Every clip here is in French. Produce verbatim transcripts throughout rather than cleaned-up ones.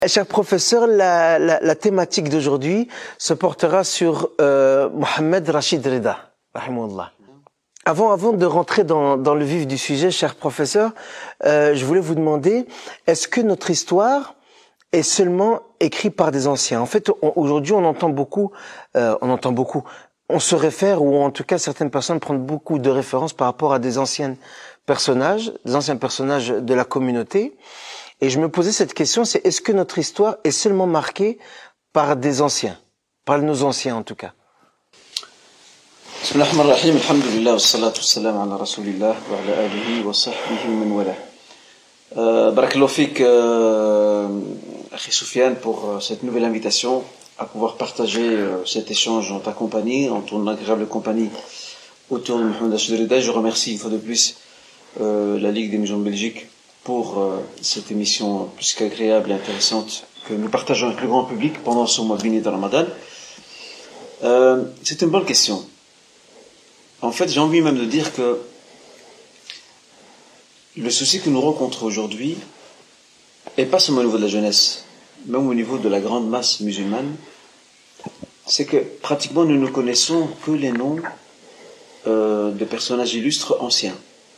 Cher professeur, la, la, la thématique d'aujourd'hui se portera sur euh, Mohamed Rachid Rida, rahimahullah. Avant, avant de rentrer dans, dans le vif du sujet, cher professeur, euh, je voulais vous demander, est-ce que notre histoire est seulement écrite par des anciens? En fait, on, aujourd'hui, on entend beaucoup, euh, on entend beaucoup, on se réfère, ou en tout cas, certaines personnes prennent beaucoup de références par rapport à des anciens personnages, des anciens personnages de la communauté. Et je me posais cette question, c'est est-ce que notre histoire est seulement marquée par des anciens, par nos anciens en tout cas? Bismillahir Rahmanir Rahim, alhamdulillah, wassalatu wassalamu ala rasulillah wa ala alihi wa sahbihi wa man wala. Barakallahu fik, Akhi Soufiane, pour cette nouvelle invitation à pouvoir partager cet échange en ta compagnie, en ton agréable compagnie autour de Mohamed Rachid Rida. Je remercie une fois de plus euh, la Ligue des musulmans de Belgique pour euh, cette émission plus qu'agréable et intéressante que nous partageons avec le grand public pendant ce mois béni de Ramadan. Euh, c'est une bonne question. En fait, j'ai envie même de dire que le souci que nous rencontrons aujourd'hui, et pas seulement au niveau de la jeunesse, même au niveau de la grande masse musulmane, c'est que pratiquement nous ne connaissons que les noms euh, de personnages illustres anciens.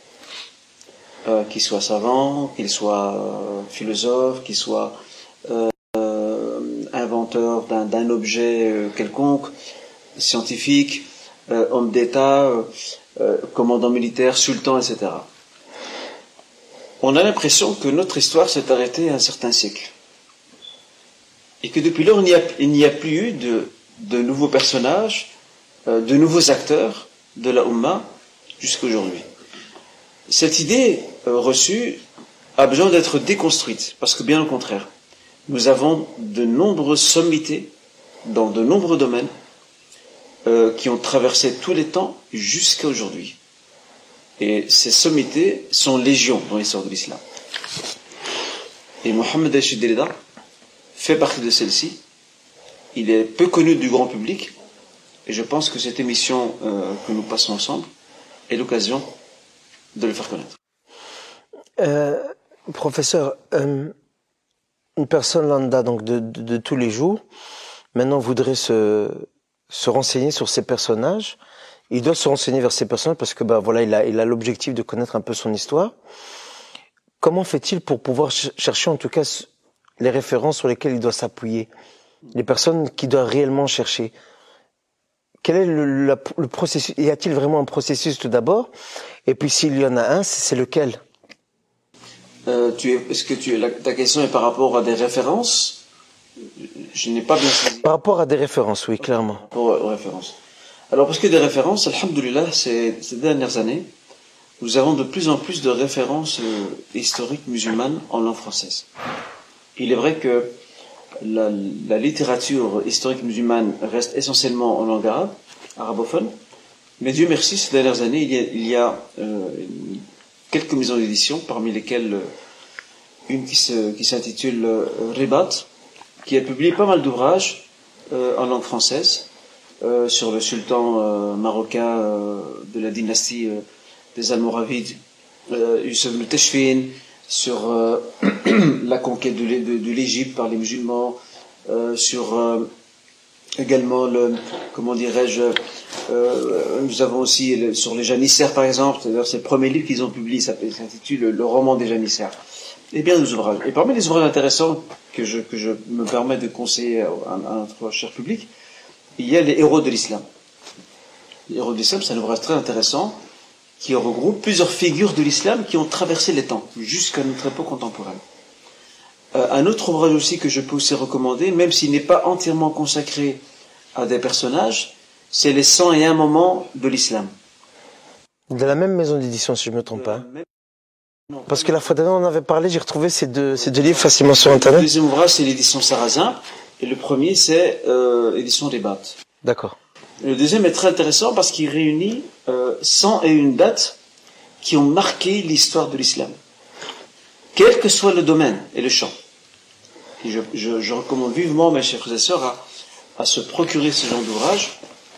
Euh, qu'ils soient savants, qu'ils soient euh, philosophes, qu'ils soient euh, inventeurs d'un, d'un objet euh, quelconque, scientifique, euh, homme d'État, euh, commandant militaire, sultan, et cetera. On a l'impression que notre histoire s'est arrêtée à un certain siècle. Et que depuis lors, il n'y a, il n'y a plus eu de, de nouveaux personnages, euh, de nouveaux acteurs de la Ummah jusqu'à aujourd'hui. Cette idée euh, reçue a besoin d'être déconstruite, parce que bien au contraire, nous avons de nombreuses sommités dans de nombreux domaines euh, qui ont traversé tous les temps jusqu'à aujourd'hui. Et ces sommités sont légion dans l'histoire de l'islam. Et Mohamed Rachid Rida fait partie de celle-ci. Il est peu connu du grand public, et je pense que cette émission euh, que nous passons ensemble est l'occasion de le faire connaître. Euh, professeur, euh, une personne lambda donc de, de, de tous les jours, maintenant voudrait se, se renseigner sur ces personnages. Il doit se renseigner vers ces personnages parce que bah voilà, il a, il a l'objectif de connaître un peu son histoire. Comment fait-il pour pouvoir ch- chercher en tout cas les références sur lesquelles il doit s'appuyer, les personnes qu'il doit réellement chercher? Quel est le, la, le processus? Y a-t-il vraiment un processus tout d'abord? Et puis s'il y en a un, c'est lequel? euh, tu es, Est-ce que tu, la, ta question est par rapport à des références? Je n'ai pas bien saisi. Par rapport à des références, oui, clairement. Par rapport aux références. Alors, parce que des références, alhamdoulilah, ces, ces dernières années, nous avons de plus en plus de références euh, historiques musulmanes en langue française. Il est vrai que la, la littérature historique musulmane reste essentiellement en langue arabe, arabophone, mais Dieu merci, ces dernières années, il y a, il y a euh, quelques maisons d'édition, parmi lesquelles euh, une qui, se, qui s'intitule euh, Ribat, qui a publié pas mal d'ouvrages euh, en langue française euh, sur le sultan euh, marocain euh, de la dynastie euh, des Almoravides, euh, Youssef ibn Tashfin, sur euh, la conquête de, de, de l'Égypte par les musulmans, euh, sur euh, également le, comment dirais-je, euh, nous avons aussi le, sur les janissaires par exemple, c'est-à-dire c'est le premier livre qu'ils ont publié, ça s'intitule Le roman des janissaires. Et bien des ouvrages. Et parmi les ouvrages intéressants que je, que je me permets de conseiller à, à notre cher public, il y a les héros de l'islam. Les héros de l'islam, c'est un ouvrage très intéressant qui regroupe plusieurs figures de l'islam qui ont traversé les temps, jusqu'à notre époque contemporaine. Euh, un autre ouvrage aussi que je peux aussi recommander, même s'il n'est pas entièrement consacré à des personnages, c'est les cent et un moments de l'islam. De la même maison d'édition, si je ne me trompe pas. Même... Non, parce que la fois dernière, on en avait parlé, j'ai retrouvé ces deux, ces deux livres facilement sur Internet. Le deuxième ouvrage, c'est l'édition Sarrazin, et le premier, c'est euh, l'édition Ribat. D'accord. Le deuxième est très intéressant parce qu'il réunit euh, cent et une dates qui ont marqué l'histoire de l'islam, quel que soit le domaine et le champ. Et je, je, je recommande vivement, mes chers frères et sœurs, à, à se procurer ce genre d'ouvrage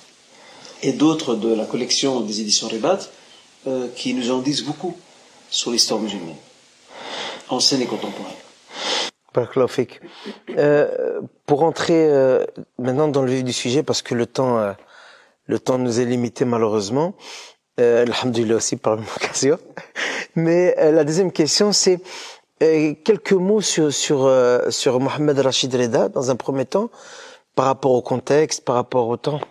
et d'autres de la collection des éditions Ribat euh, qui nous en disent beaucoup sur l'histoire musulmane, ancienne et contemporaine. Barakallahu fik. Euh, pour entrer euh, maintenant dans le vif du sujet, parce que le temps, euh, le temps nous est limité malheureusement, euh, alhamdoulilah aussi par la même occasion. Mais euh, la deuxième question, c'est euh, quelques mots sur sur euh, sur Mohamed Rachid Rida dans un premier temps, par rapport au contexte, par rapport au temps.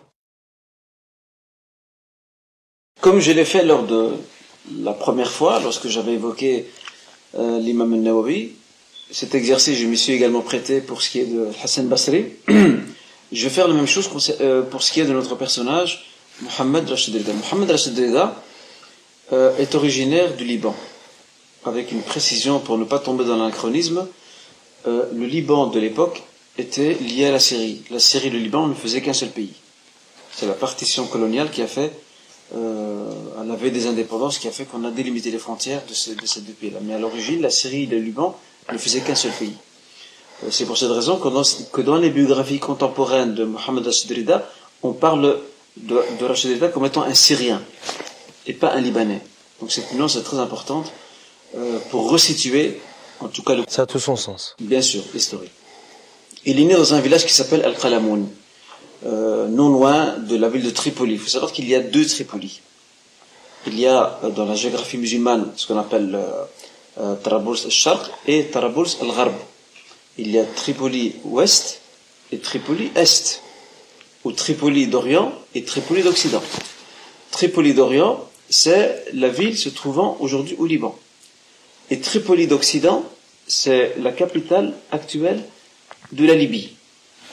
Comme je l'ai fait lors de la première fois, lorsque j'avais évoqué euh, l'imam al-Nawawi, cet exercice, je m'y suis également prêté pour ce qui est de Hassan Basri. Je vais faire la même chose pour ce qui est de notre personnage, Mohamed Rachid Rida. Mohamed Rachid Rida euh, est originaire du Liban. Avec une précision pour ne pas tomber dans l'anachronisme, euh, le Liban de l'époque était lié à la Syrie. La Syrie et le Liban ne faisaient qu'un seul pays. C'est la partition coloniale qui a fait, euh, à la veille des indépendances, qui a fait qu'on a délimité les frontières de ces, de ces deux pays-là. Mais à l'origine, la Syrie et le Liban ne faisaient qu'un seul pays. Euh, c'est pour cette raison que dans, que dans les biographies contemporaines de Mohamed Rachid Rida, on parle de, de Rachid Rida comme étant un Syrien et pas un Libanais. Donc cette nuance est très importante euh, pour resituer, en tout cas, le... Ça a tout son sens. Bien sûr, historique. Il est né dans un village qui s'appelle Al-Qalamoun, euh, non loin de la ville de Tripoli. Il faut savoir qu'il y a deux Tripolis. Il y a euh, dans la géographie musulmane ce qu'on appelle euh, euh, Taraboulz al-Sharq et Taraboulz al-Gharb. Il y a Tripoli ouest et Tripoli est, ou Tripoli d'Orient et Tripoli d'Occident. Tripoli d'Orient, c'est la ville se trouvant aujourd'hui au Liban. Et Tripoli d'Occident, c'est la capitale actuelle de la Libye. D'accord ?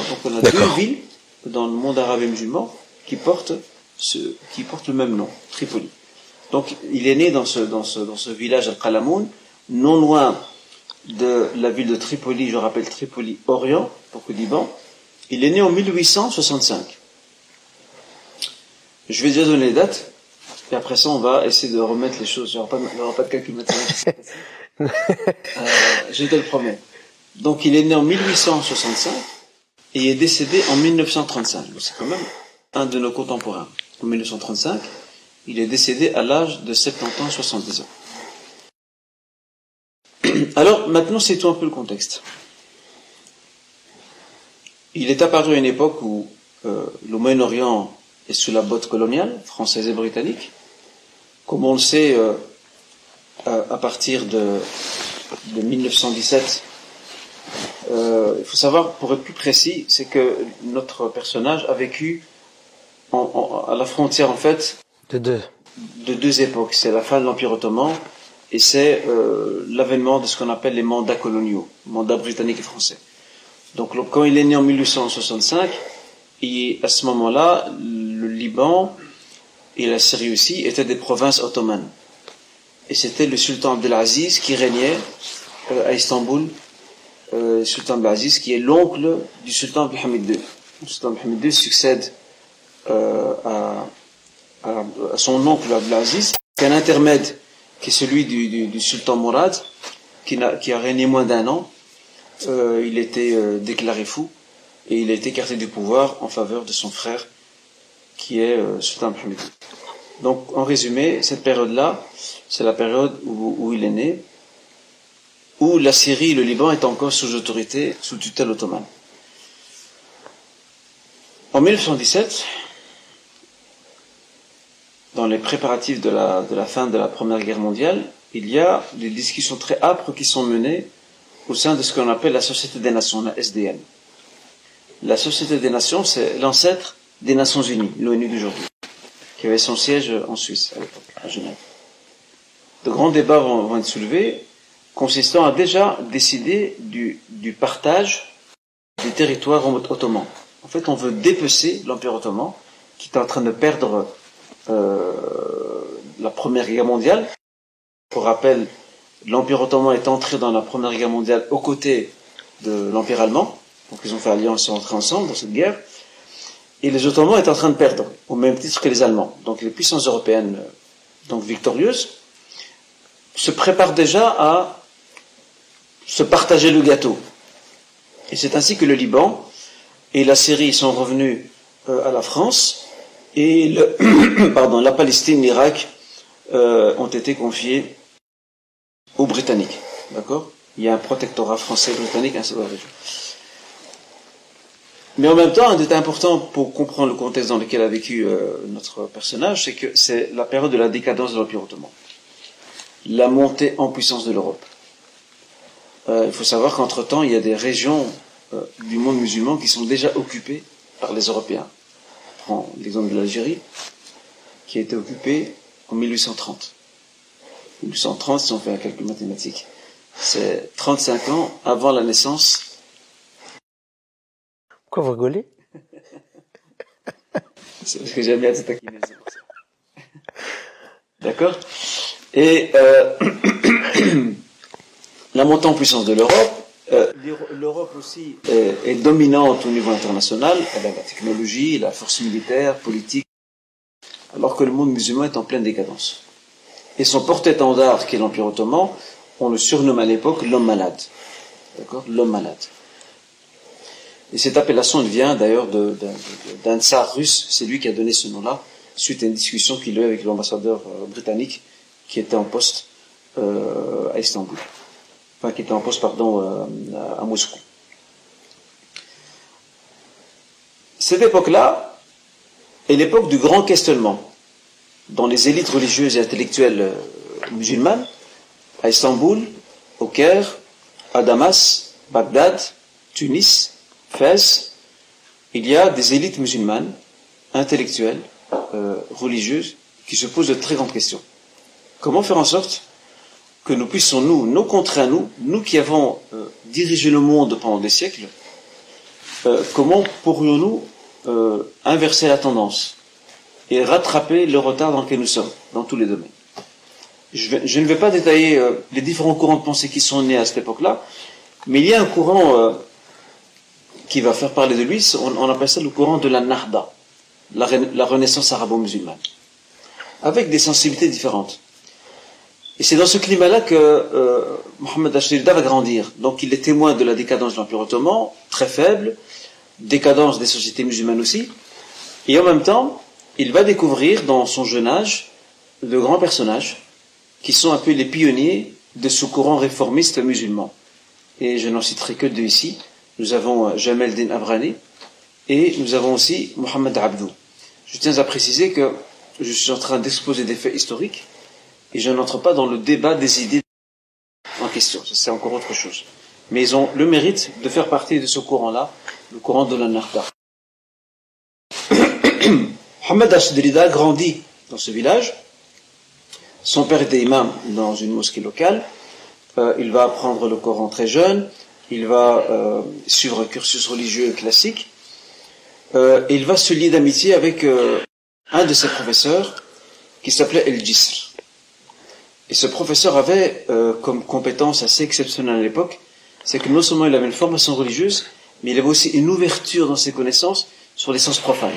Donc on a D'accord. deux villes dans le monde arabe et musulman qui portent, ce, qui portent le même nom, Tripoli. Donc il est né dans ce, dans ce, dans ce village Al-Qalamoun, non loin de la ville de Tripoli, je rappelle Tripoli Orient, donc au Liban. Il est né en mille huit cent soixante-cinq. Je vais déjà donner les dates, et après ça on va essayer de remettre les choses. Il n'y aura pas, il n'y aura pas de calcul mathématique. euh, je te le promets. Donc il est né en mille huit cent soixante-cinq et est décédé en mille neuf cent trente-cinq. C'est quand même un de nos contemporains. En mille neuf cent trente-cinq, il est décédé à l'âge de soixante-dix ans, soixante-dix ans. Alors, maintenant, c'est un peu le contexte. Il est apparu à une époque où euh, le Moyen-Orient est sous la botte coloniale, française et britannique. Comme on le sait, euh, à, à partir de, de mille neuf cent dix-sept, euh, il faut savoir, pour être plus précis, c'est que notre personnage a vécu en, en, à la frontière, en fait, De deux. de deux époques. C'est la fin de l'Empire ottoman et c'est euh, l'avènement de ce qu'on appelle les mandats coloniaux, mandats britanniques et français. Donc quand il est né en mille huit cent soixante-cinq, et à ce moment-là, le Liban et la Syrie aussi étaient des provinces ottomanes. Et c'était le sultan Abdelaziz qui régnait euh, à Istanbul, euh, le sultan Abdelaziz qui est l'oncle du sultan Abdelhamid deux. Le sultan Abdelhamid deux succède euh, à, à, à son oncle Abdelaziz, qui est un intermède qui est celui du, du, du sultan Mourad, qui, n'a, qui a régné moins d'un an. Euh, il était euh, déclaré fou et il a été écarté du pouvoir en faveur de son frère qui est euh, sultan Abdelhamid deux. Donc en résumé, cette période-là, c'est la période où, où il est né, où la Syrie et le Liban étaient encore sous autorité, sous tutelle ottomane. En mille neuf cent dix-sept, dans les préparatifs de la, de la fin de la Première Guerre mondiale, il y a des discussions très âpres qui sont menées au sein de ce qu'on appelle la Société des Nations, la S D N. La Société des Nations, c'est l'ancêtre des Nations Unies, l'ONU d'aujourd'hui, qui avait son siège en Suisse à l'époque, à Genève. De grands débats vont, vont être soulevés, consistant à déjà décider du, du partage du territoire ottoman. En fait, on veut dépecer l'Empire ottoman, qui est en train de perdre euh, la Première Guerre mondiale. Pour rappel, l'Empire ottoman est entré dans la Première Guerre mondiale aux côtés de l'Empire allemand. Donc ils ont fait alliance, ils sont entrés ensemble dans cette guerre. Et les Ottomans étaient en train de perdre, au même titre que les Allemands. Donc les puissances européennes, donc victorieuses, se préparent déjà à se partager le gâteau. Et c'est ainsi que le Liban et la Syrie sont revenus euh, à la France, et le, pardon, la Palestine, l'Irak euh, ont été confiés aux Britanniques. D'accord ? Il y a un protectorat français-britannique ainsi dans la région. Mais en même temps, un détail important pour comprendre le contexte dans lequel a vécu euh, notre personnage, c'est que c'est la période de la décadence de l'Empire ottoman. La montée en puissance de l'Europe. Euh, il faut savoir qu'entre-temps, il y a des régions euh, du monde musulman qui sont déjà occupées par les Européens. Je prends l'exemple de l'Algérie, qui a été occupée en mille huit cent trente. mille huit cent trente, si on fait un calcul mathématique, c'est trente-cinq ans avant la naissance. Pourquoi vous rigolez? C'est parce que j'aime bien te taquiner, c'est pour ça. D'accord? Et euh, la montée en puissance de l'Europe, euh, l'Europe aussi est, est dominante au niveau international, elle a la technologie, la force militaire, politique, alors que le monde musulman est en pleine décadence. Et son porte-étendard, qui est l'Empire ottoman, on le surnomme à l'époque l'homme malade. D'accord? L'homme malade. Et cette appellation, elle vient d'ailleurs de, de, de, d'un tsar russe, c'est lui qui a donné ce nom-là, suite à une discussion qu'il a eue avec l'ambassadeur euh, britannique qui était en poste euh, à Istanbul. Enfin, qui était en poste, pardon, euh, à Moscou. Cette époque-là est l'époque du grand questionnement dans les élites religieuses et intellectuelles euh, musulmanes, à Istanbul, au Caire, à Damas, Bagdad, Tunis, Fès, il y a des élites musulmanes, intellectuelles, euh, religieuses, qui se posent de très grandes questions. Comment faire en sorte que nous puissions, nous, nos contre à nous, nous qui avons euh, dirigé le monde pendant des siècles, euh, comment pourrions-nous euh, inverser la tendance et rattraper le retard dans lequel nous sommes, dans tous les domaines? Je, vais, je ne vais pas détailler euh, les différents courants de pensée qui sont nés à cette époque-là, mais il y a un courant euh, qui va faire parler de lui, on, on appelle ça le courant de la Nahda, la, la renaissance arabo-musulmane, avec des sensibilités différentes. Et c'est dans ce climat-là que euh, Mohammed Rashid Rida va grandir. Donc il est témoin de la décadence de l'Empire ottoman, très faible, décadence des sociétés musulmanes aussi, et en même temps, il va découvrir dans son jeune âge de grands personnages qui sont un peu les pionniers de ce courant réformiste musulman. Et je n'en citerai que deux ici. Nous avons Jamal Din Abrani et nous avons aussi Mohammed Abdou. Je tiens à préciser que je suis en train d'exposer des faits historiques et je n'entre pas dans le débat des idées en question. C'est encore autre chose. Mais ils ont le mérite de faire partie de ce courant-là, le courant de la Nahda. Mohammed Rashid Rida grandit dans ce village. Son père était imam dans une mosquée locale. Euh, il va apprendre le Coran très jeune. Il va euh, suivre un cursus religieux classique. Euh, et il va se lier d'amitié avec euh, un de ses professeurs qui s'appelait El-Jisr. Et ce professeur avait euh, comme compétence assez exceptionnelle à l'époque, c'est que non seulement il avait une formation religieuse, mais il avait aussi une ouverture dans ses connaissances sur les sciences profanes.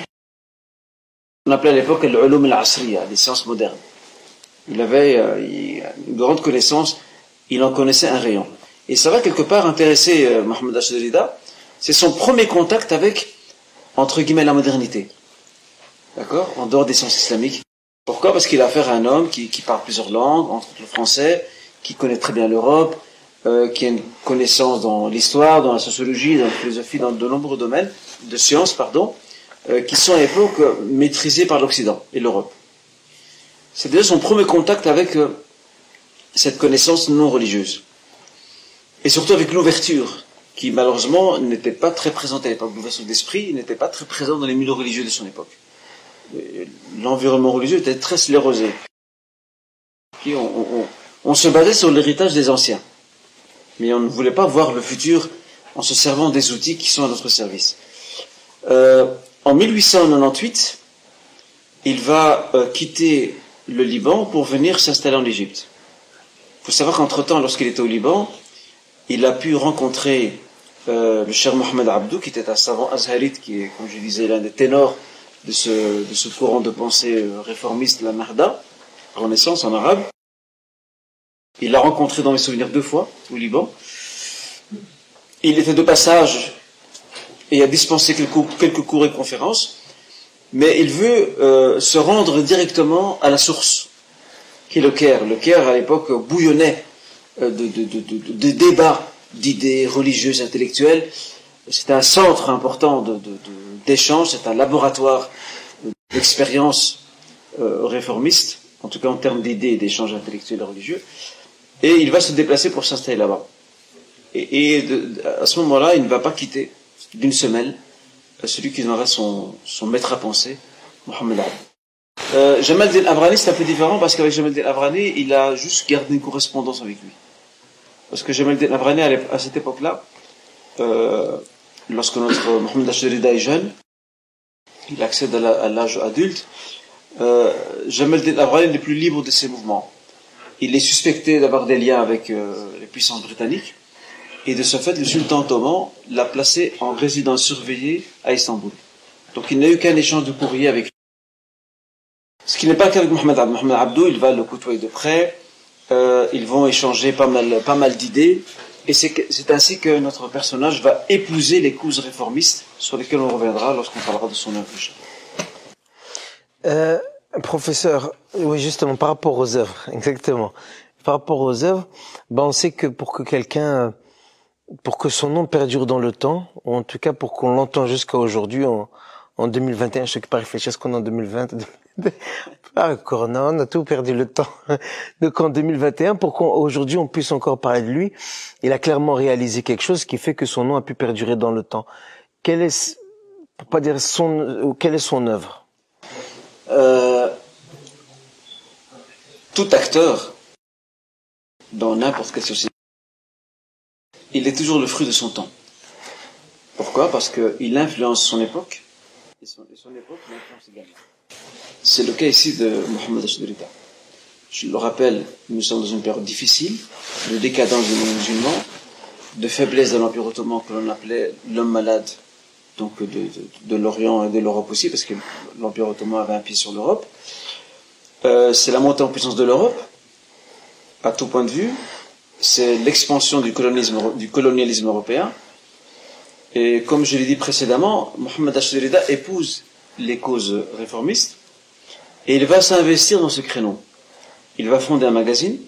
On appelait à l'époque l'ulum al-asriya, les sciences modernes. Il avait euh, une grande connaissance, il en connaissait un rayon. Et ça va quelque part intéresser euh, Mohammed Rashid Rida, c'est son premier contact avec, entre guillemets, la modernité. D'accord? En dehors des sciences islamiques. Pourquoi? Parce qu'il a affaire à un homme qui, qui parle plusieurs langues, entre autres le français, qui connaît très bien l'Europe, euh, qui a une connaissance dans l'histoire, dans la sociologie, dans la philosophie, dans de nombreux domaines de sciences, pardon, euh, qui sont à l'époque euh, maîtrisés par l'Occident et l'Europe. C'est déjà son premier contact avec euh, cette connaissance non religieuse. Et surtout avec l'ouverture, qui malheureusement n'était pas très présente à l'époque. L'ouverture d'esprit n'était pas très présente dans les milieux religieux de son époque. L'environnement religieux était très sclérosé. Puis on, on, on se basait sur l'héritage des anciens. Mais on ne voulait pas voir le futur en se servant des outils qui sont à notre service. Euh, en mille huit cent quatre-vingt-dix-huit, il va euh, quitter le Liban pour venir s'installer en Égypte. Il faut savoir qu'entre-temps, lorsqu'il était au Liban, il a pu rencontrer euh, le cher Mohammed Abdou, qui était un savant azharite, qui est, comme je disais, l'un des ténors de ce, de ce courant de pensée réformiste, la Nahda, Renaissance en arabe. Il l'a rencontré dans mes souvenirs deux fois, au Liban. Il était de passage et a dispensé quelques, quelques cours et conférences, mais il veut euh, se rendre directement à la source, qui est le Caire. Le Caire, à l'époque, bouillonnait de, de, de, de, de débat d'idées religieuses, intellectuelles. C'est un centre important de, de, de, d'échange, c'est un laboratoire d'expérience euh, réformiste, en tout cas en termes d'idées et d'échanges intellectuels et religieux. Et il va se déplacer pour s'installer là-bas. Et, et de, à ce moment-là, il ne va pas quitter d'une semelle celui qui deviendra son, son maître à penser, Mohammed Abd. Euh, Jamal Din Abrani, c'est un peu différent parce qu'avec Jamal Din Abrani, il a juste gardé une correspondance avec lui. Parce que Jamal Din Abrani, à cette époque-là, euh, lorsque notre Mohammed Rida est jeune, il accède à l'âge adulte, euh, Jamal Din Abrani n'est plus libre de ses mouvements. Il est suspecté d'avoir des liens avec euh, les puissances britanniques, et de ce fait, le sultan ottoman l'a placé en résidence surveillée à Istanbul. Donc il n'a eu qu'un échange de courrier avec lui. Ce qui n'est pas qu'avec Mohammed Abd. Mohammed Abdou, il va le côtoyer de près, euh, ils vont échanger pas mal, pas mal d'idées, et c'est, c'est ainsi que notre personnage va épouser les causes réformistes sur lesquelles on reviendra lorsqu'on parlera de son œuvre. Euh, professeur, oui, justement, par rapport aux œuvres, exactement. Par rapport aux œuvres, ben on sait que pour que quelqu'un, pour que son nom perdure dans le temps, ou en tout cas pour qu'on l'entende jusqu'à aujourd'hui, en, en deux mille vingt et un, je sais pas réfléchir à ce qu'on est en deux mille vingt, ah, Corona, on a tout perdu le temps. Donc en deux mille vingt et un, pour qu'aujourd'hui on puisse encore parler de lui, il a clairement réalisé quelque chose qui fait que son nom a pu perdurer dans le temps. Quelle est, pour pas dire son, quelle est son œuvre? Euh, tout acteur, dans n'importe quelle société, il est toujours le fruit de son temps. Pourquoi? Parce qu'il influence son époque, et son, et son époque l'influence également. C'est le cas ici de Mohammed Rida. Je le rappelle, nous sommes dans une période difficile, de décadence du monde musulman, de faiblesse de l'Empire ottoman que l'on appelait l'homme malade, donc de, de, de l'Orient et de l'Europe aussi, parce que l'Empire ottoman avait un pied sur l'Europe. Euh, c'est la montée en puissance de l'Europe, à tout point de vue. C'est l'expansion du colonialisme, du colonialisme européen. Et comme je l'ai dit précédemment, Mohammed Rida épouse les causes réformistes et il va s'investir dans ce créneau. Il va fonder un magazine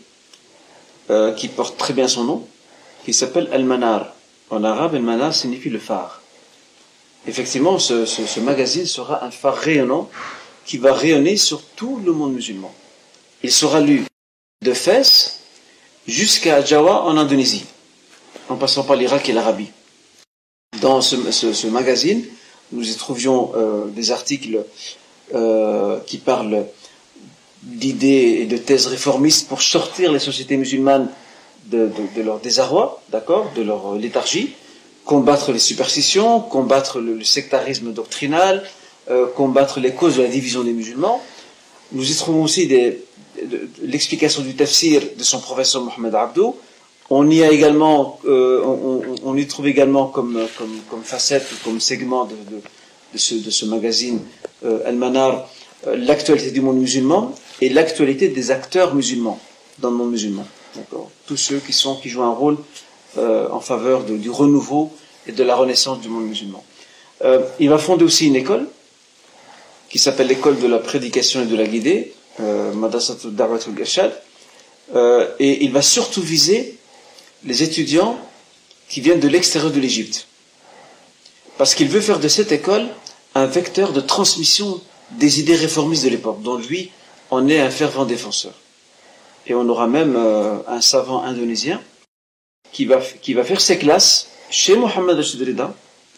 euh, qui porte très bien son nom, qui s'appelle Al-Manar. En arabe, Al-Manar signifie le phare. Effectivement, ce, ce, ce magazine sera un phare rayonnant qui va rayonner sur tout le monde musulman. Il sera lu de Fès jusqu'à Jawa en Indonésie, en passant par l'Irak et l'Arabie. Dans ce, ce, ce magazine, nous y trouvions euh, des articles euh, qui parlent d'idées et de thèses réformistes pour sortir les sociétés musulmanes de, de, de leur désarroi, d'accord, de leur léthargie, combattre les superstitions, combattre le, le sectarisme doctrinal, euh, combattre les causes de la division des musulmans. Nous y trouvons aussi des, de, de, l'explication du tafsir de son professeur Mohammed Abdou. On y a également, euh, on, on, on y trouve également comme, comme, comme facette, comme segment de, de, de, ce, de ce magazine euh, Al-Manar, euh, l'actualité du monde musulman et l'actualité des acteurs musulmans dans le monde musulman. D'accord. Tous ceux qui sont, qui jouent un rôle euh, en faveur de, du renouveau et de la renaissance du monde musulman. Euh, il va fonder aussi une école qui s'appelle l'école de la prédication et de la guidée, euh, Madrasatul Da'watul Irshad, euh, et il va surtout viser les étudiants qui viennent de l'extérieur de l'Égypte. Parce qu'il veut faire de cette école un vecteur de transmission des idées réformistes de l'époque, dont lui en est un fervent défenseur. Et on aura même euh, un savant indonésien qui va, qui va faire ses classes chez Mohammed Rida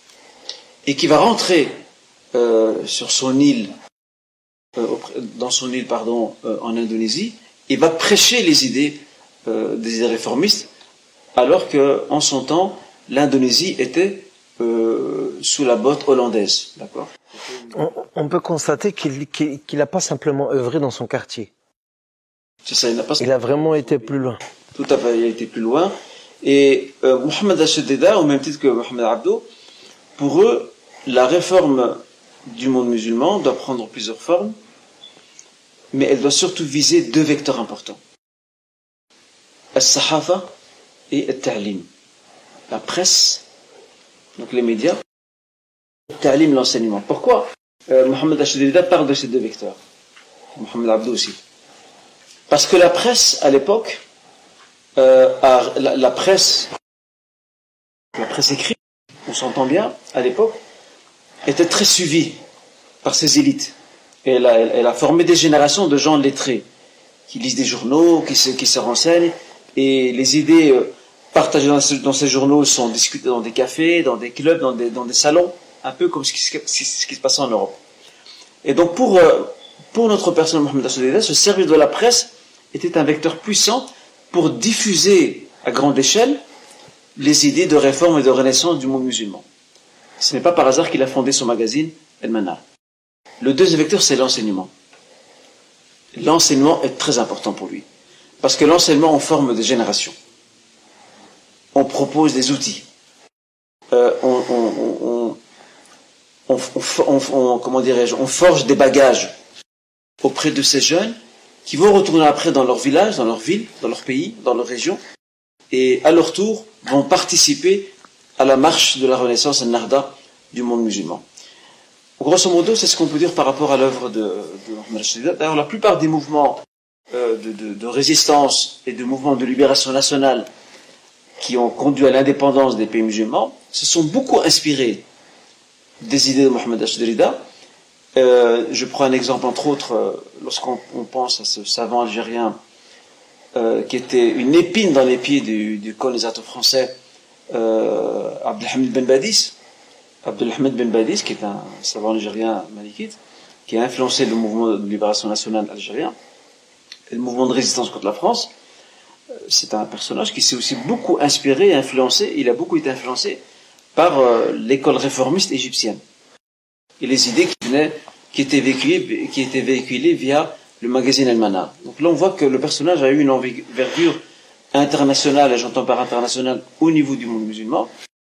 et qui va rentrer euh, sur son île, euh, dans son île pardon, euh, en Indonésie, et va prêcher les idées euh, des idées réformistes, alors qu'en son temps, l'Indonésie était euh, sous la botte hollandaise. D'accord. On, on peut constater qu'il qu'il, qu'il a pas simplement œuvré dans son quartier. C'est ça, il n'a pas. Il a vraiment été plus loin. Tout à fait, il a été plus loin. Et euh, Mohammed Rida, au même titre que Mohammed Abdou, pour eux, la réforme du monde musulman doit prendre plusieurs formes, mais elle doit surtout viser deux vecteurs importants. As-Sahafa et Al-Ta'lim. La presse, donc les médias, Al-Ta'lim, l'enseignement. Pourquoi euh, Mohammed Rida parle de ces deux vecteurs? Mohammed Abdou aussi. Parce que la presse, à l'époque, euh, à, la, la presse, la presse écrite, on s'entend bien, à l'époque, était très suivie par ces élites. Et elle a, elle, elle a formé des générations de gens lettrés, qui lisent des journaux, qui se, qui se renseignent, et les idées euh, partagées dans ces, dans ces journaux sont discutées dans des cafés, dans des clubs, dans des, dans des salons, un peu comme ce qui, ce qui se passait en Europe. Et donc pour, euh, pour notre personne, Mohamed Rachid Rida, ce service de la presse était un vecteur puissant pour diffuser à grande échelle les idées de réforme et de renaissance du monde musulman. Ce n'est pas par hasard qu'il a fondé son magazine El-Manar. Le deuxième vecteur, c'est l'enseignement. L'enseignement est très important pour lui. Parce que l'enseignement, on forme des générations. On propose des outils. Euh, on, on, on, on, on, on, comment dirais-je, on forge des bagages auprès de ces jeunes qui vont retourner après dans leur village, dans leur ville, dans leur pays, dans leur région, et à leur tour vont participer à la marche de la renaissance al-Nahda du monde musulman. Grosso modo, c'est ce qu'on peut dire par rapport à l'œuvre de, de Mohamed Rachid Rida. D'ailleurs, la plupart des mouvements euh, de, de, de résistance et de mouvements de libération nationale qui ont conduit à l'indépendance des pays musulmans se sont beaucoup inspirés des idées de Mohamed Rachid Rida. Euh, je prends un exemple, entre autres, euh, lorsqu'on on pense à ce savant algérien euh, qui était une épine dans les pieds du, du colonisateur français, euh, Abdelhamid Ben Badis. Abdelhamid Ben Badis, qui est un savant algérien malikite, qui a influencé le mouvement de libération nationale algérien et le mouvement de résistance contre la France. C'est un personnage qui s'est aussi beaucoup inspiré et influencé, il a beaucoup été influencé par euh, l'école réformiste égyptienne. Et les idées qui venaient, qui étaient véhiculées, qui étaient véhiculées via le magazine El-Manar. Donc là, on voit que le personnage a eu une envergure internationale, et j'entends par internationale, au niveau du monde musulman.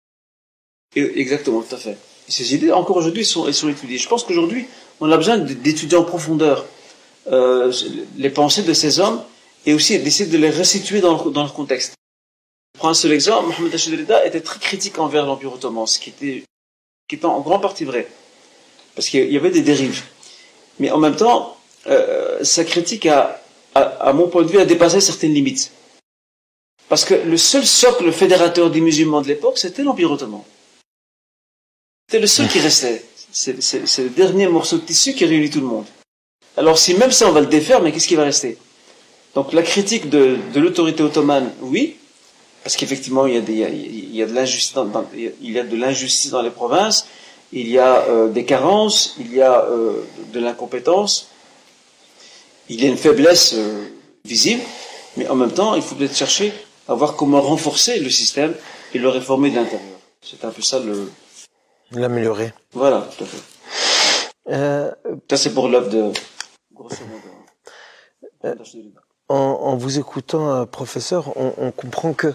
Et exactement, tout à fait. Et ces idées, encore aujourd'hui, sont, elles sont étudiées. Je pense qu'aujourd'hui, on a besoin d'étudier en profondeur euh, les pensées de ces hommes et aussi d'essayer de les restituer dans leur, dans leur contexte. Je prends un seul exemple. Mohamed Rachid Rida était très critique envers l'Empire ottoman, ce qui était, qui était en grande partie vrai. Parce qu'il y avait des dérives. Mais en même temps, euh, sa critique, a, a, à mon point de vue, a dépassé certaines limites. Parce que le seul socle fédérateur des musulmans de l'époque, c'était l'Empire ottoman. C'était le seul qui restait. C'est, c'est, c'est le dernier morceau de tissu qui réunit tout le monde. Alors si même ça on va le défaire, mais qu'est-ce qui va rester? Donc la critique de, de l'autorité ottomane, oui, parce qu'effectivement il y a, des, il y a de l'injustice dans, dans, il y a de l'injustice dans les provinces, il y a euh, des carences, il y a euh, de l'incompétence, il y a une faiblesse euh, visible, mais en même temps il faut peut-être chercher à voir comment renforcer le système et le réformer de l'intérieur. C'est un peu ça le... L'améliorer. Voilà, tout à fait. Euh, ça c'est pour l'œuvre de... Grosso modo. Euh, en, en vous écoutant, euh, professeur, on, on comprend que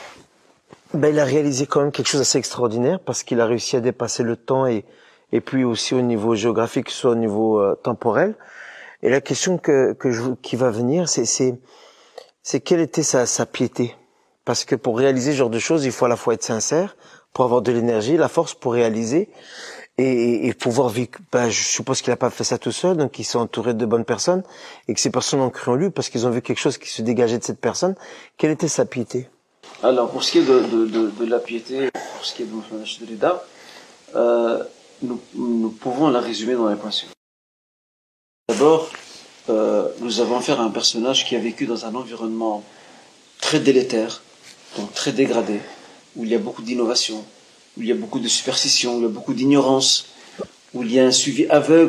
ben, il a réalisé quand même quelque chose d'assez extraordinaire parce qu'il a réussi à dépasser le temps et, et puis aussi au niveau géographique, soit au niveau euh, temporel. Et la question que, que je, qui va venir, c'est, c'est, c'est quelle était sa, sa piété? Parce que pour réaliser ce genre de choses, il faut à la fois être sincère, pour avoir de l'énergie, la force pour réaliser et, et pouvoir vivre. Ben, je suppose qu'il n'a pas fait ça tout seul, donc il s'est entouré de bonnes personnes et que ces personnes ont cru en lui parce qu'ils ont vu quelque chose qui se dégageait de cette personne. Quelle était sa piété? Alors, pour ce qui est de, de, de, de la piété, pour ce qui est de Mohamed Rachid Rida, euh, nous, nous pouvons la résumer dans les points suivants. D'abord, euh, nous avons affaire à un personnage qui a vécu dans un environnement très délétère, donc très dégradé, où il y a beaucoup d'innovation, où il y a beaucoup de superstition, où il y a beaucoup d'ignorance, où il y a un suivi aveugle,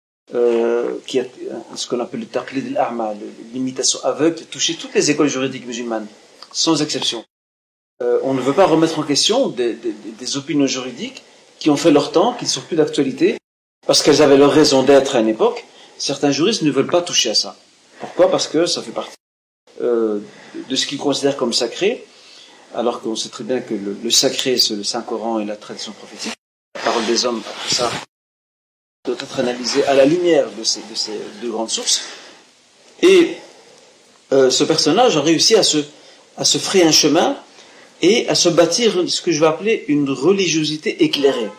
euh, qui a ce qu'on appelle le taqlid al-a'ma, l'imitation aveugle, de toucher toutes les écoles juridiques musulmanes, sans exception. Euh, on ne veut pas remettre en question des, des, des opinions juridiques qui ont fait leur temps, qui ne sont plus d'actualité, parce qu'elles avaient leur raison d'être à une époque. Certains juristes ne veulent pas toucher à ça. Pourquoi? Parce que ça fait partie euh, de ce qu'ils considèrent comme sacré, alors qu'on sait très bien que le, le sacré, c'est le Saint-Coran et la tradition prophétique. La parole des hommes, après ça, doit être analysée à la lumière de ces, de ces deux grandes sources. Et euh, ce personnage a réussi à se, à se frayer un chemin et à se bâtir ce que je vais appeler une religiosité éclairée.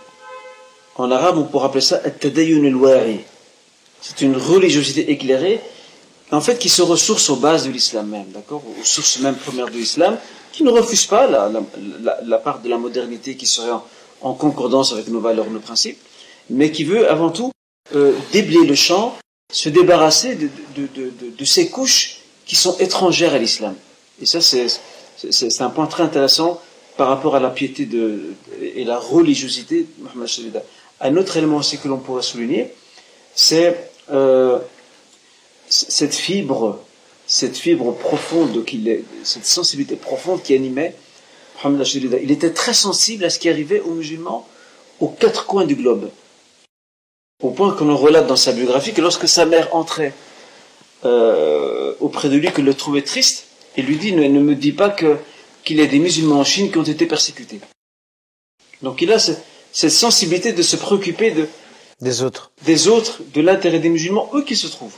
En arabe, on pourrait appeler ça at-tadayyun al-wa'i. C'est une religiosité éclairée en fait, qui se ressourcent aux bases de l'islam même, d'accord, aux sources même premières de l'islam, qui ne refusent pas la, la, la, la part de la modernité qui serait en, en concordance avec nos valeurs, nos principes, mais qui veut avant tout euh, déblayer le champ, se débarrasser de, de, de, de, de ces couches qui sont étrangères à l'islam. Et ça, c'est, c'est, c'est un point très intéressant par rapport à la piété de, et la religiosité de Mohammed Rida. Un autre élément aussi que l'on pourrait souligner, c'est euh, cette fibre, cette fibre profonde, qu'il est, cette sensibilité profonde qui animait Mohammed Rida. Il était très sensible à ce qui arrivait aux musulmans aux quatre coins du globe. Au point qu'on relate dans sa biographie que lorsque sa mère entrait euh, auprès de lui, qu'elle le trouvait triste, il lui dit, ne, ne me dis pas que, qu'il y a des musulmans en Chine qui ont été persécutés. Donc il a ce, cette sensibilité de se préoccuper de, des autres, des autres, de l'intérêt des musulmans, eux qui se trouvent.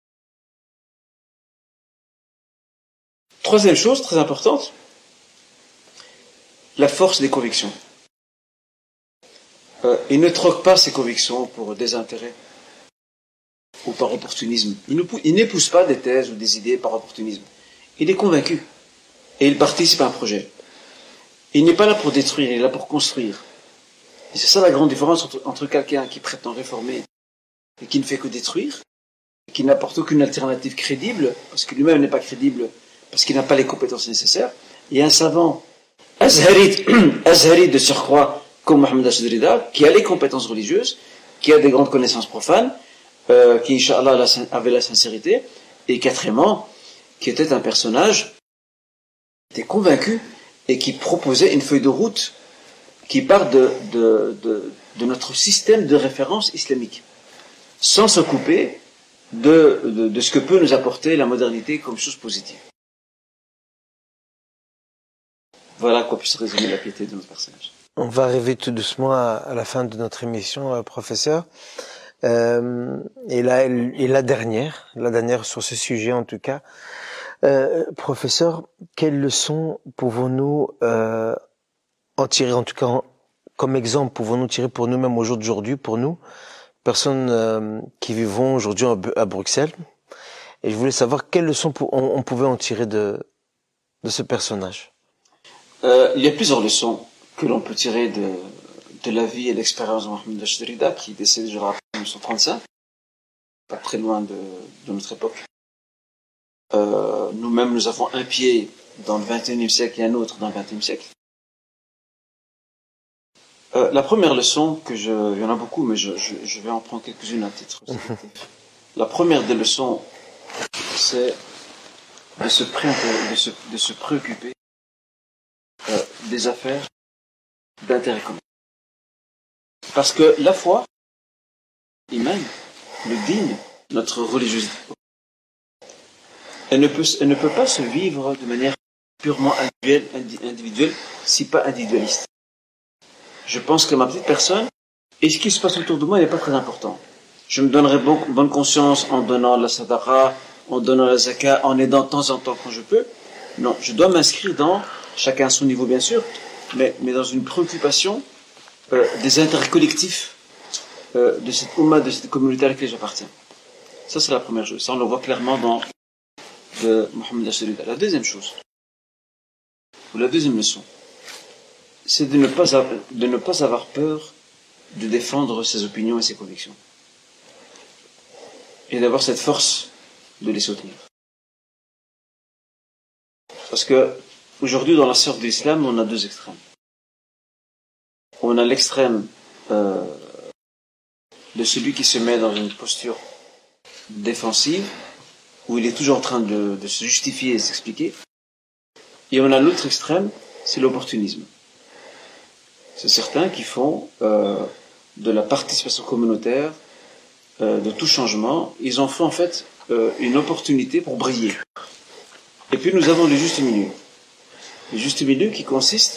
Troisième chose très importante, la force des convictions. Euh, il ne troque pas ses convictions pour des intérêts ou par opportunisme. Il, il n'épouse pas des thèses ou des idées par opportunisme. Il est convaincu et il participe à un projet. Il n'est pas là pour détruire, il est là pour construire. Et c'est ça la grande différence entre, entre quelqu'un qui prétend réformer et qui ne fait que détruire, et qui n'apporte aucune alternative crédible, parce que lui-même n'est pas crédible, parce qu'il n'a pas les compétences nécessaires, et un savant azharite, azharite de surcroît, comme Mohammed Rida, qui a les compétences religieuses, qui a des grandes connaissances profanes, euh, qui, Inch'Allah, avait la sincérité, et quatrièmement, qui était un personnage qui était convaincu et qui proposait une feuille de route qui part de, de, de, de notre système de référence islamique, sans se couper de, de, de ce que peut nous apporter la modernité comme chose positive. Voilà qu'on puisse résumer la piété de notre personnage. On va arriver tout doucement à, à la fin de notre émission, euh, professeur. Euh, et, la, et la dernière, la dernière sur ce sujet en tout cas. Euh, professeur, quelles leçons pouvons-nous euh, en tirer, en tout cas en, comme exemple, pouvons-nous tirer pour nous-mêmes au jour d'aujourd'hui, pour nous, personnes euh, qui vivons aujourd'hui à Bruxelles. Et je voulais savoir quelles leçons on, on pouvait en tirer de, de ce personnage. Euh, il y a plusieurs leçons que l'on peut tirer de, de la vie et l'expérience de Mohammed Rida, qui est décédé, je le rappelle, en dix-neuf cent trente-cinq, pas très loin de, de notre époque. Euh, nous-mêmes, nous avons un pied dans le vingt et unième siècle et un autre dans le vingt et unième siècle. Euh, la première leçon, que je, il y en a beaucoup, mais je, je, je vais en prendre quelques-unes à titre sélectif. La première des leçons, c'est de se, pré- de se, de se préoccuper euh, des affaires d'intérêt commun. Parce que la foi, l'iman, le din, notre religiosité, elle ne peut, elle ne peut pas se vivre de manière purement individuelle, individuelle si pas individualiste. Je pense que ma petite personne, et ce qui se passe autour de moi n'est pas très important. Je me donnerai bon, bonne conscience en donnant la sadaqa, en donnant la zakat, en aidant de temps en temps quand je peux. Non, je dois m'inscrire dans, chacun à son niveau bien sûr, mais, mais dans une préoccupation euh, des intérêts collectifs euh, de cette umma, de cette communauté à laquelle j'appartiens. Ça c'est la première chose. Ça on le voit clairement dans de Mohammed Rida. La deuxième chose, ou la deuxième leçon, c'est de ne pas avoir, de ne pas avoir peur de défendre ses opinions et ses convictions. Et d'avoir cette force de les soutenir. Parce que, aujourd'hui, dans la sphère de l'islam, on a deux extrêmes. On a l'extrême euh, de celui qui se met dans une posture défensive, où il est toujours en train de, de se justifier et s'expliquer. Et on a l'autre extrême, c'est l'opportunisme. C'est certains qui font euh, de la participation communautaire, euh, de tout changement, ils en font en fait euh, une opportunité pour briller. Et puis nous avons le juste milieu. Le juste milieu qui consiste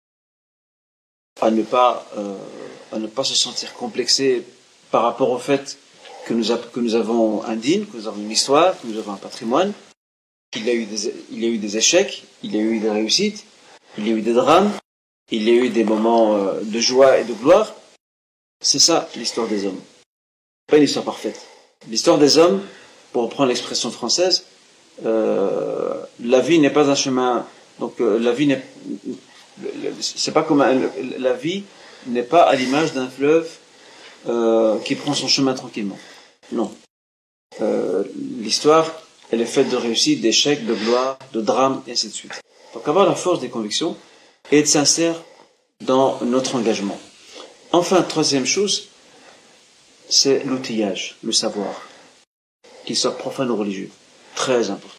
à ne pas, euh, à ne pas se sentir complexé par rapport au fait que nous, a, que nous avons un dîne, que nous avons une histoire, que nous avons un patrimoine, qu'il y a eu des, il y a eu des échecs, il y a eu des réussites, il y a eu des drames, il y a eu des moments euh, de joie et de gloire. C'est ça l'histoire des hommes. Pas une histoire parfaite. L'histoire des hommes, pour reprendre l'expression française, euh, la vie n'est pas un chemin. Donc euh, la vie n'est, c'est pas comme un, la vie n'est pas à l'image d'un fleuve euh, qui prend son chemin tranquillement. Non. Euh, l'histoire, elle est faite de réussite, d'échecs, de gloire, de drames, et ainsi de suite. Donc avoir la force des convictions et être sincère dans notre engagement. Enfin, troisième chose, c'est l'outillage, le savoir, qu'il soit profane ou religieux. Très important.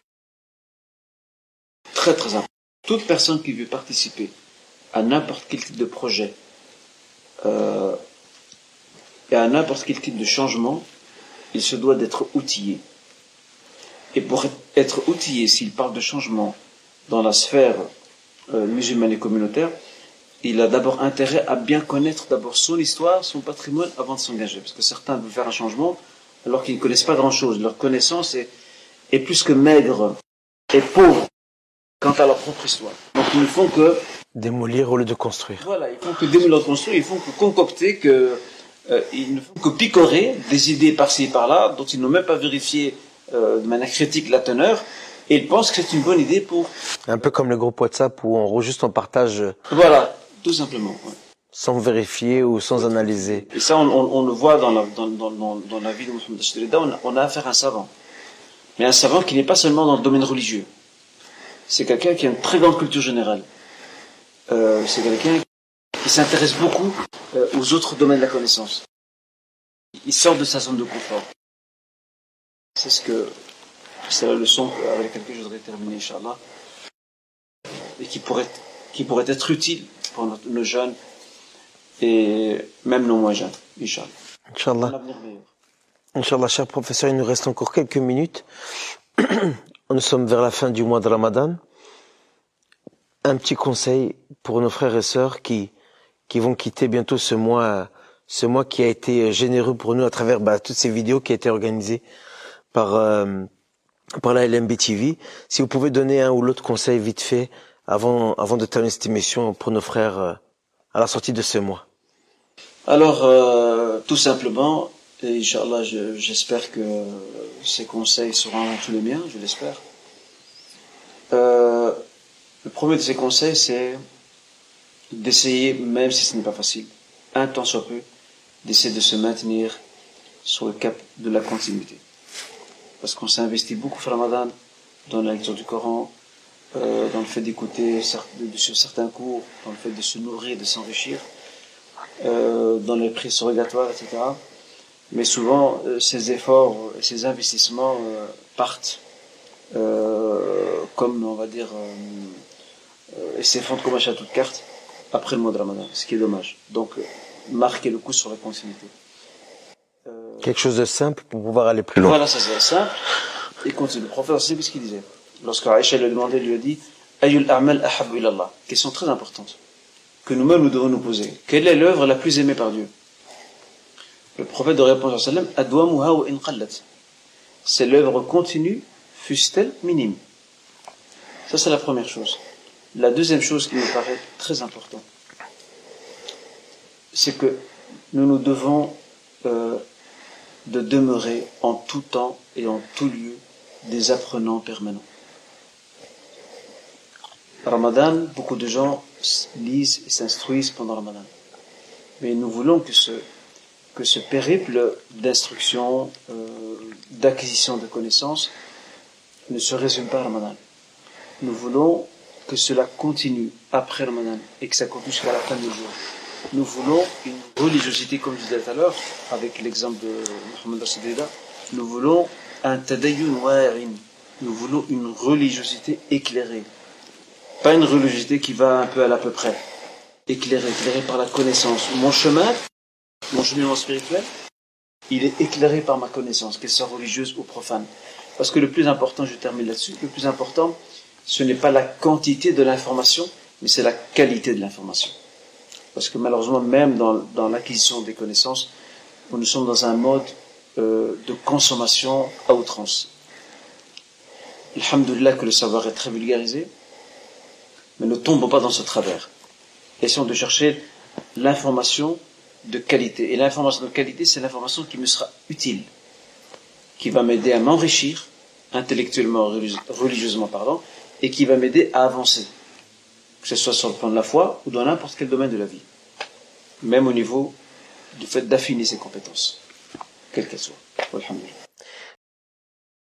Très très important. Toute personne qui veut participer à n'importe quel type de projet euh, et à n'importe quel type de changement, il se doit d'être outillé. Et pour être outillé, s'il parle de changement dans la sphère euh, musulmane et communautaire, il a d'abord intérêt à bien connaître d'abord son histoire, son patrimoine, avant de s'engager. Parce que certains veulent faire un changement alors qu'ils ne connaissent pas grand-chose. Leur connaissance est, est plus que maigre et pauvre quant à leur propre histoire. Donc ils ne font que... démolir au lieu de construire. Voilà, ils font que démolir ou construire, ils font que concocter, que, euh, ils ne font que picorer des idées par-ci et par-là, dont ils n'ont même pas vérifié euh, de manière critique la teneur, et ils pensent que c'est une bonne idée pour... Un peu comme le groupe WhatsApp où on juste on partage... Voilà, tout simplement. Ouais. Sans vérifier ou sans analyser. Et ça, on, on, on le voit dans la, dans, dans, dans, dans la vie de Mohammed Rachid Rida, on, on a affaire à un savant. Mais un savant qui n'est pas seulement dans le domaine religieux. C'est quelqu'un qui a une très grande culture générale. Euh, c'est quelqu'un qui s'intéresse beaucoup euh, aux autres domaines de la connaissance. Il sort de sa zone de confort. C'est ce que, c'est la leçon avec laquelle je voudrais terminer, Inch'Allah. Et qui pourrait, qui pourrait être utile pour nos, nos jeunes et même nos moins jeunes, Inch'Allah. Inch'Allah. Un avenir meilleur. Inch'Allah, cher professeur, il nous reste encore quelques minutes. Nous sommes vers la fin du mois de Ramadan. Un petit conseil pour nos frères et sœurs qui, qui vont quitter bientôt ce mois, ce mois qui a été généreux pour nous à travers bah, toutes ces vidéos qui ont été organisées par, euh, par la L M B T V. Si vous pouvez donner un ou l'autre conseil vite fait avant, avant de terminer cette émission pour nos frères euh, à la sortie de ce mois. Alors, euh, tout simplement, et Inch'Allah, je, j'espère que ces conseils seront tous les miens, je l'espère. Euh, le premier de ces conseils, c'est d'essayer, même si ce n'est pas facile, un temps soit peu, d'essayer de se maintenir sur le cap de la continuité. Parce qu'on s'est investi beaucoup sur Ramadan, dans la lecture du Coran, euh, dans le fait d'écouter sur certains cours, dans le fait de se nourrir, de s'enrichir, euh, dans les prises surrogatoires, et cetera. Mais souvent, euh, ces efforts, ces investissements euh, partent euh, comme, on va dire, euh, euh, et s'effondrent comme un château de cartes après le mois de Ramadan, ce qui est dommage. Donc, euh, marquer le coup sur la continuité. Euh, Quelque chose de simple pour pouvoir aller plus loin. Voilà, ça c'est simple. Et continue. Le prophète, c'est ce qu'il disait. Lorsque Aïcha lui a demandé, il lui a dit Ayyul a'mal ahabbu ilallah. Question très importante que nous-mêmes nous devons nous poser. Quelle est l'œuvre la plus aimée par Dieu? Le prophète de répondre sallam adwamuha wa in qallat. C'est l'œuvre continue, fût-elle minime. Ça c'est la première chose. La deuxième chose qui me paraît très importante, c'est que nous nous devons euh, de demeurer en tout temps et en tout lieu des apprenants permanents. Ramadan, beaucoup de gens lisent et s'instruisent pendant Ramadan. Mais nous voulons que ce, que ce périple d'instruction, euh, d'acquisition de connaissances ne se résume pas à Ramadan. Nous voulons que cela continue après Ramadan et que ça continue jusqu'à la fin du jour. Nous voulons une religiosité, comme je disais tout à l'heure, avec l'exemple de Mohammed Rachid Rida, nous voulons un tadayyun wa'in. Nous voulons une religiosité éclairée. Pas une religiosité qui va un peu à l'à peu près. Éclairée, éclairée par la connaissance. Mon chemin, mon cheminement spirituel, il est éclairé par ma connaissance, qu'elle soit religieuse ou profane. Parce que le plus important, je termine là-dessus, le plus important, ce n'est pas la quantité de l'information, mais c'est la qualité de l'information. Parce que malheureusement, même dans, dans l'acquisition des connaissances, nous sommes dans un mode euh, de consommation à outrance. Alhamdoulilah que le savoir est très vulgarisé, mais ne tombons pas dans ce travers. Essayons de chercher l'information de qualité. Et l'information de qualité, c'est l'information qui me sera utile, qui va m'aider à m'enrichir, intellectuellement, religieusement pardon, et qui va m'aider à avancer, que ce soit sur le plan de la foi ou dans n'importe quel domaine de la vie, même au niveau du fait d'affiner ses compétences, quelles qu'elles soient. Alhamdulillah.